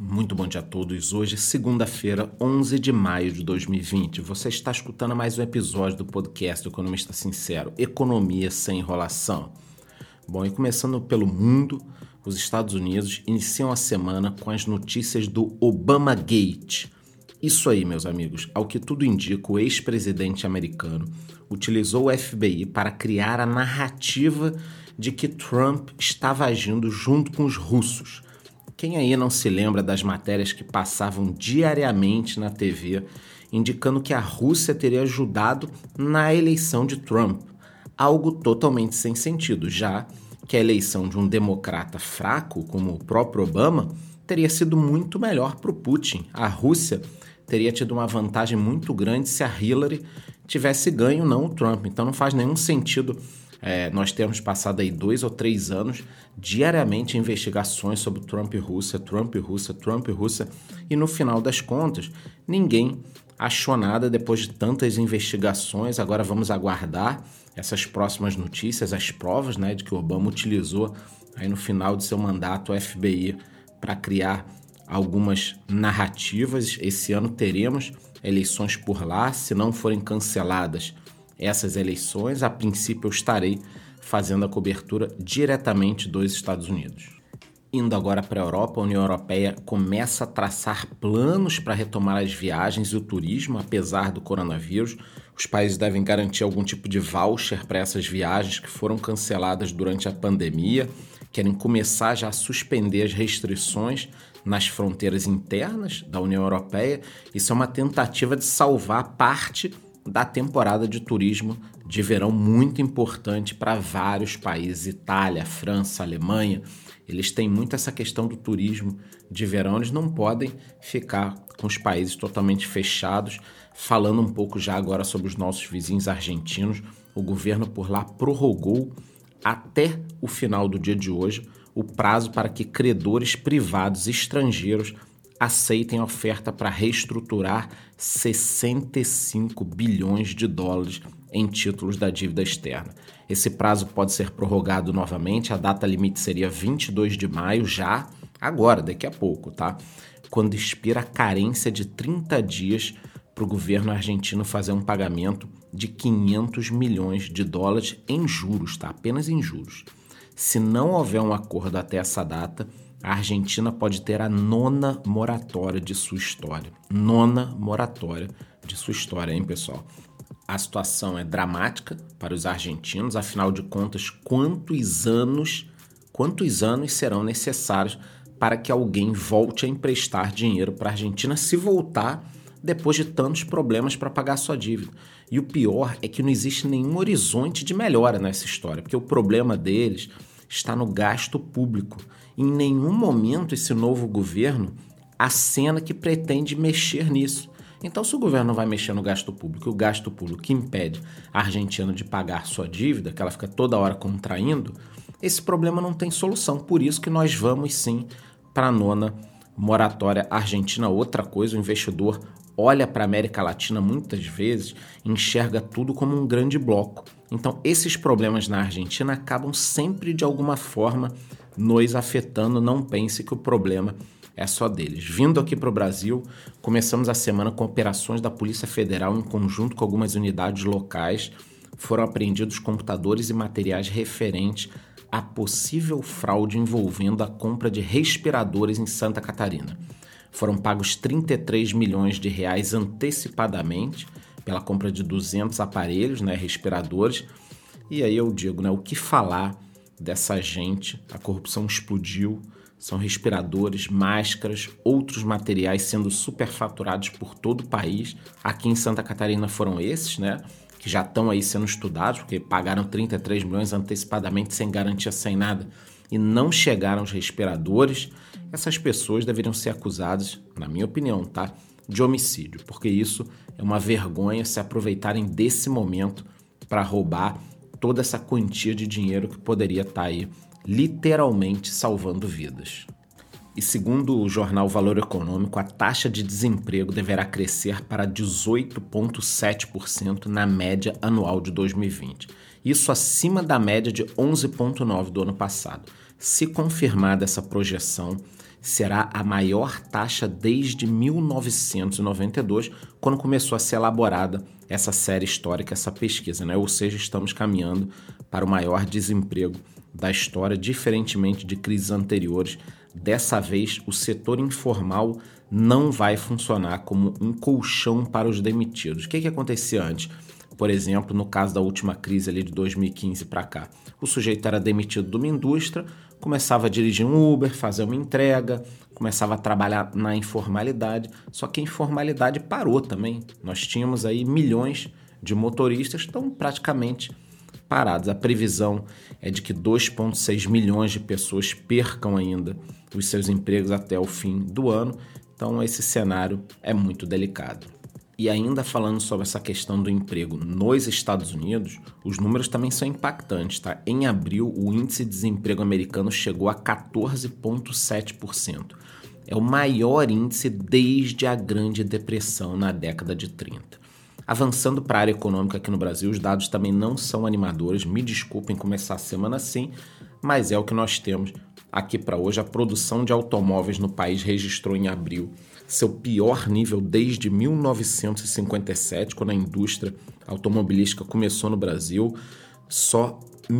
Muito bom dia a todos. Hoje, segunda-feira, 11 de maio de 2020. Você está escutando mais um episódio do podcast do Economista Sincero, Economia Sem Enrolação. Bom, e começando pelo mundo, os Estados Unidos iniciam a semana com as notícias do Obamagate. Isso aí, meus amigos, ao que tudo indica, o ex-presidente americano utilizou o FBI para criar a narrativa de que Trump estava agindo junto com os russos. Quem aí não se lembra das matérias que passavam diariamente na TV, indicando que a Rússia teria ajudado na eleição de Trump? Algo totalmente sem sentido, já que a eleição de um democrata fraco, como o próprio Obama, teria sido muito melhor para o Putin. A Rússia teria tido uma vantagem muito grande se a Hillary tivesse ganho, não o Trump. Então não faz nenhum sentido nós termos passado aí 2 ou 3 anos diariamente investigações sobre Trump e Rússia, Trump e Rússia, Trump e Rússia, e no final das contas ninguém achou nada depois de tantas investigações. Agora vamos aguardar essas próximas notícias, as provas, de que o Obama utilizou aí no final de seu mandato o FBI para criar algumas narrativas. Esse ano teremos eleições por lá, se não forem canceladas essas eleições, a princípio eu estarei fazendo a cobertura diretamente dos Estados Unidos. Indo agora para a Europa, a União Europeia começa a traçar planos para retomar as viagens e o turismo, apesar do coronavírus. Os países devem garantir algum tipo de voucher para essas viagens que foram canceladas durante a pandemia, querem começar já a suspender as restrições nas fronteiras internas da União Europeia. Isso é uma tentativa de salvar parte da temporada de turismo de verão, muito importante para vários países, Itália, França, Alemanha. Eles têm muito essa questão do turismo de verão, eles não podem ficar com os países totalmente fechados. Falando um pouco já agora sobre os nossos vizinhos argentinos, o governo por lá prorrogou até o final do dia de hoje o prazo para que credores privados estrangeiros aceitem a oferta para reestruturar 65 bilhões de dólares em títulos da dívida externa. Esse prazo pode ser prorrogado novamente, a data limite seria 22 de maio, já agora, daqui a pouco, tá? Quando expira a carência de 30 dias para o governo argentino fazer um pagamento de 500 milhões de dólares em juros, tá? Apenas em juros. Se não houver um acordo até essa data, a Argentina pode ter a 9ª moratória de sua história. 9ª moratória de sua história, hein, pessoal? A situação é dramática para os argentinos, afinal de contas, quantos anos serão necessários para que alguém volte a emprestar dinheiro para a Argentina, se voltar depois de tantos problemas para pagar sua dívida? E o pior é que não existe nenhum horizonte de melhora nessa história, porque o problema deles está no gasto público. Em nenhum momento esse novo governo acena que pretende mexer nisso. Então, se o governo não vai mexer no gasto público, o gasto público que impede a Argentina de pagar sua dívida, que ela fica toda hora contraindo, esse problema não tem solução. Por isso que nós vamos sim para a 9ª moratória argentina. Outra coisa, o investidor olha para a América Latina muitas vezes e enxerga tudo como um grande bloco. Então, esses problemas na Argentina acabam sempre, de alguma forma, nos afetando. Não pense que o problema é só deles. Vindo aqui para o Brasil, começamos a semana com operações da Polícia Federal em conjunto com algumas unidades locais. Foram apreendidos computadores e materiais referentes a possível fraude envolvendo a compra de respiradores em Santa Catarina. Foram pagos 33 milhões de reais antecipadamente pela compra de 200 aparelhos, respiradores. E aí eu digo, o que falar dessa gente? A corrupção explodiu, são respiradores, máscaras, outros materiais sendo superfaturados por todo o país. Aqui em Santa Catarina foram esses, que já estão aí sendo estudados, porque pagaram 33 milhões antecipadamente, sem garantia, sem nada, e não chegaram os respiradores. Essas pessoas deveriam ser acusadas, na minha opinião, de homicídio, porque isso é uma vergonha, se aproveitarem desse momento para roubar toda essa quantia de dinheiro que poderia estar aí literalmente salvando vidas. E segundo o jornal Valor Econômico, a taxa de desemprego deverá crescer para 18,7% na média anual de 2020. Isso acima da média de 11,9% do ano passado. Se confirmada essa projeção, será a maior taxa desde 1992, quando começou a ser elaborada essa série histórica, essa pesquisa, né? Ou seja, estamos caminhando para o maior desemprego da história, diferentemente de crises anteriores. Dessa vez, o setor informal não vai funcionar como um colchão para os demitidos. O que acontecia antes? Por exemplo, no caso da última crise ali de 2015 para cá, o sujeito era demitido de uma indústria, começava a dirigir um Uber, fazer uma entrega, começava a trabalhar na informalidade, só que a informalidade parou também. Nós tínhamos aí milhões de motoristas que estão praticamente parados. A previsão é de que 2,6 milhões de pessoas percam ainda os seus empregos até o fim do ano, então esse cenário é muito delicado. E ainda falando sobre essa questão do emprego nos Estados Unidos, os números também são impactantes, tá? Em abril, o índice de desemprego americano chegou a 14,7%. É o maior índice desde a Grande Depressão na década de 30. Avançando para a área econômica aqui no Brasil, os dados também não são animadores. Me desculpem começar a semana assim, mas é o que nós temos aqui para hoje. A produção de automóveis no país registrou em abril seu pior nível desde 1957, quando a indústria automobilística começou no Brasil. Só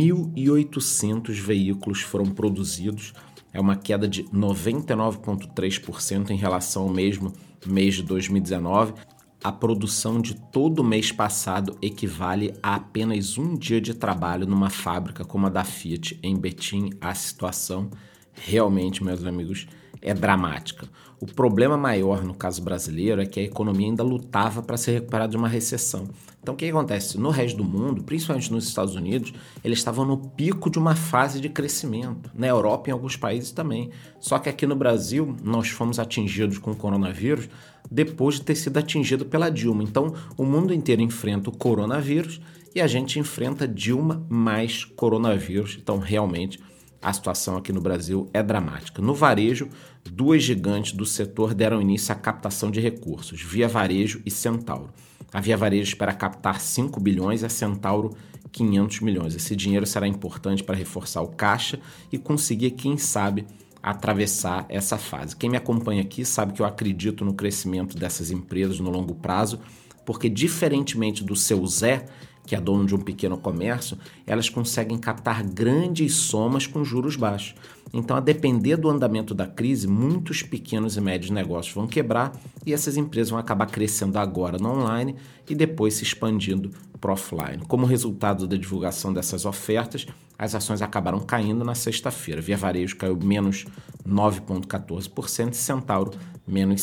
1.800 veículos foram produzidos. É uma queda de 99,3% em relação ao mesmo mês de 2019. A produção de todo o mês passado equivale a apenas um dia de trabalho numa fábrica como a da Fiat em Betim. A situação realmente, meus amigos, é dramática. O problema maior no caso brasileiro é que a economia ainda lutava para se recuperar de uma recessão. Então o que acontece? No resto do mundo, principalmente nos Estados Unidos, eles estavam no pico de uma fase de crescimento. Na Europa e em alguns países também. Só que aqui no Brasil, nós fomos atingidos com o coronavírus depois de ter sido atingido pela Dilma. Então o mundo inteiro enfrenta o coronavírus e a gente enfrenta Dilma mais coronavírus. Então realmente a situação aqui no Brasil é dramática. No varejo, duas gigantes do setor deram início à captação de recursos, Via Varejo e Centauro. A Via Varejo espera captar 5 bilhões e a Centauro 500 milhões. Esse dinheiro será importante para reforçar o caixa e conseguir, quem sabe, atravessar essa fase. Quem me acompanha aqui sabe que eu acredito no crescimento dessas empresas no longo prazo, porque diferentemente do seu Zé, que é dono de um pequeno comércio, elas conseguem captar grandes somas com juros baixos. Então, a depender do andamento da crise, muitos pequenos e médios negócios vão quebrar e essas empresas vão acabar crescendo agora no online e depois se expandindo para o offline. Como resultado da divulgação dessas ofertas, as ações acabaram caindo na sexta-feira. Via Varejo caiu menos 9,14% e Centauro menos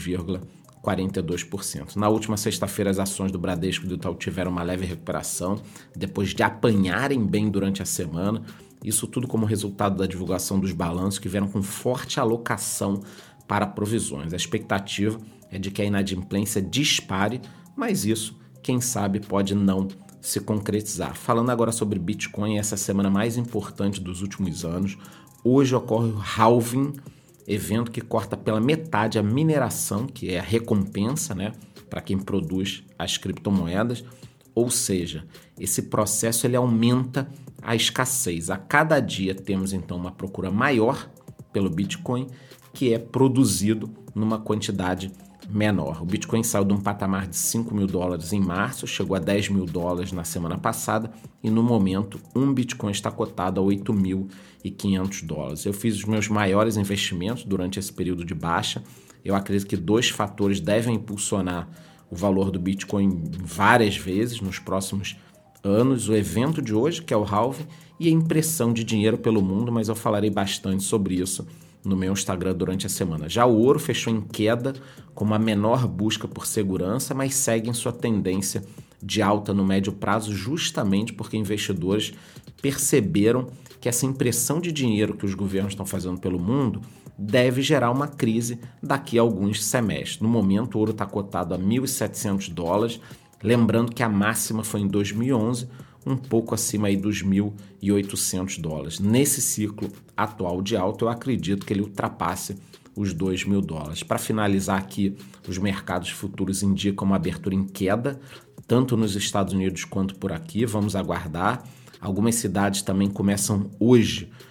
6,42%. Na última sexta-feira, as ações do Bradesco e do Itaú tiveram uma leve recuperação, depois de apanharem bem durante a semana. Isso tudo como resultado da divulgação dos balanços, que vieram com forte alocação para provisões. A expectativa é de que a inadimplência dispare, mas isso, quem sabe, pode não se concretizar. Falando agora sobre Bitcoin, essa semana mais importante dos últimos anos, hoje ocorre o halving, evento que corta pela metade a mineração, que é a recompensa, né, para quem produz as criptomoedas. Ou seja, esse processo ele aumenta a escassez. A cada dia temos então uma procura maior pelo Bitcoin, que é produzido numa quantidade menor. O Bitcoin saiu de um patamar de $5.000 em março, chegou a $10.000 na semana passada e no momento um Bitcoin está cotado a $8.500. Eu fiz os meus maiores investimentos durante esse período de baixa. Eu acredito que dois fatores devem impulsionar o valor do Bitcoin várias vezes nos próximos anos: o evento de hoje, que é o halving, e a impressão de dinheiro pelo mundo, mas eu falarei bastante sobre isso no meu Instagram durante a semana. Já o ouro fechou em queda, com uma menor busca por segurança, mas segue em sua tendência de alta no médio prazo, justamente porque investidores perceberam que essa impressão de dinheiro que os governos estão fazendo pelo mundo deve gerar uma crise daqui a alguns semestres. No momento, o ouro está cotado a $1.700, lembrando que a máxima foi em 2011, um pouco acima aí dos $1.800. Nesse ciclo atual de alta, eu acredito que ele ultrapasse os $2.000. Para finalizar aqui, os mercados futuros indicam uma abertura em queda, tanto nos Estados Unidos quanto por aqui. Vamos aguardar. Algumas cidades também começam hoje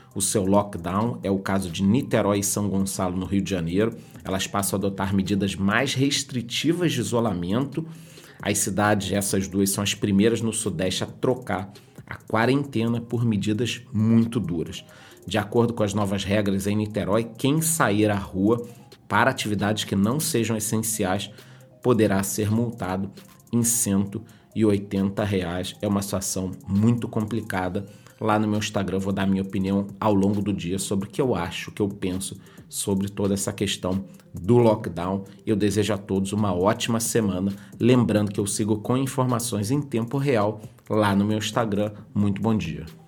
o seu lockdown. É o caso de Niterói e São Gonçalo, no Rio de Janeiro. Elas passam a adotar medidas mais restritivas de isolamento. As cidades, essas duas, são as primeiras no Sudeste a trocar a quarentena por medidas muito duras. De acordo com as novas regras em Niterói, quem sair à rua para atividades que não sejam essenciais poderá ser multado em R$180. É uma situação muito complicada. Lá no meu Instagram eu vou dar minha opinião ao longo do dia sobre o que eu acho, o que eu penso sobre toda essa questão do lockdown. Eu desejo a todos uma ótima semana. Lembrando que eu sigo com informações em tempo real lá no meu Instagram. Muito bom dia.